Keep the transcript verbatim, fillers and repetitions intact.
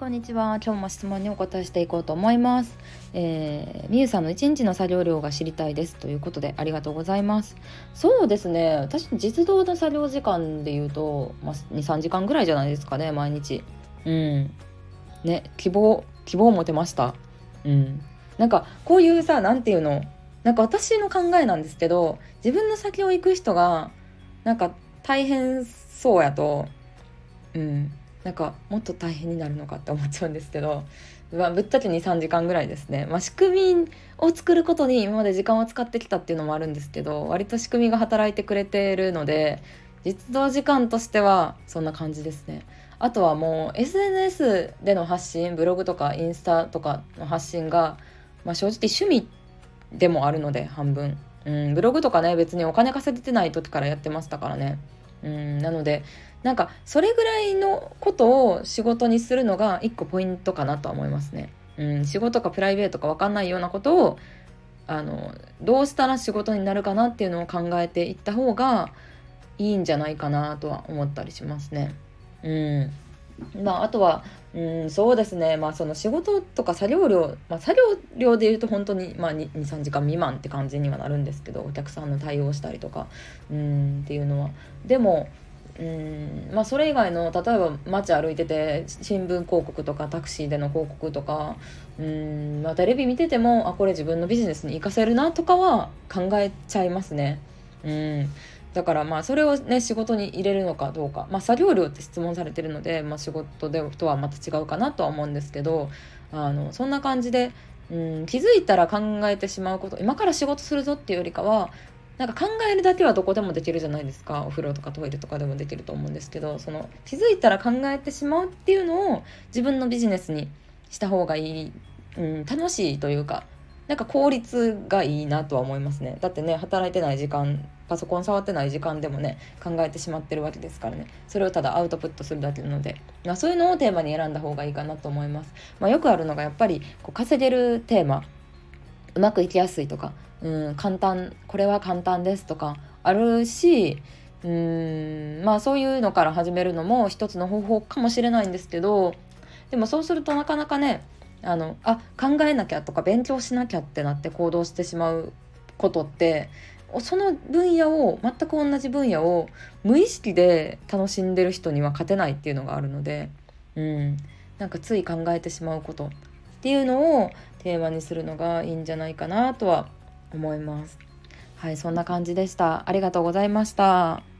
こんにちは。今日も質問にお答えしていこうと思います。えー、みゆさんのいちにちの作業量が知りたいですということでありがとうございます。そうですね、私実動の作業時間でいうと、まあ、にさんじかんぐらいじゃないですかね、毎日。うんね、希望希望を持てました。うんなんかこういうさ、なんていうの、なんか私の考えなんですけど、自分の先を行く人がなんか大変そうやと、うんなんかもっと大変になるのかって思っちゃうんですけど、まあ、ぶっちゃけにさんじかんぐらいですね。まあ、仕組みを作ることに今まで時間を使ってきたっていうのもあるんですけど、割と仕組みが働いてくれているので、実動時間としてはそんな感じですね。あとはもう エスエヌエス での発信、ブログとかインスタとかの発信が、まあ、正直趣味でもあるので、半分、うん、ブログとかね、別にお金稼げてない時からやってましたからね。うんなので、なんかそれぐらいのことを仕事にするのが一個ポイントかなとは思いますね。うん、仕事かプライベートか分かんないようなことを、あのどうしたら仕事になるかなっていうのを考えていった方がいいんじゃないかなとは思ったりしますね。うんまあ、あとは、うん、そうですね、まあ、その仕事とか作業量、まあ、作業量でいうと本当に、まあ、に、さんじかん未満って感じにはなるんですけど、お客さんの対応したりとか、うんっていうのは。でも、うんまあ、それ以外の、例えば街歩いてて新聞広告とかタクシーでの広告とか、うん、まあ、テレビ見てても、あ、これ自分のビジネスに活かせるなとかは考えちゃいますね。うんだからまあそれをね仕事に入れるのかどうか、まあ、作業量って質問されてるので、まあ、仕事でとはまた違うかなとは思うんですけど、あのそんな感じで、うん、気づいたら考えてしまうこと、今から仕事するぞっていうよりかは、なんか考えるだけはどこでもできるじゃないですか。お風呂とかトイレとかでもできると思うんですけど、その気づいたら考えてしまうっていうのを自分のビジネスにした方がいい、うん、楽しいというか、なんか効率がいいなとは思いますね。だってね、働いてない時間、パソコン触ってない時間でもね、考えてしまってるわけですからね。それをただアウトプットするだけなので、まあ、そういうのをテーマに選んだ方がいいかなと思います。まあ、よくあるのがやっぱりこう稼げるテーマ、うまくいきやすいとか、うん、簡単、これは簡単ですとかあるし、うーんまあそういうのから始めるのも一つの方法かもしれないんですけど、でもそうするとなかなかね、あのあ考えなきゃとか勉強しなきゃってなって行動してしまうことって、その分野を全く同じ分野を無意識で楽しんでる人には勝てないっていうのがあるので、うん、なんかつい考えてしまうことっていうのをテーマにするのがいいんじゃないかなとは思います。はい、そんな感じでした。ありがとうございました。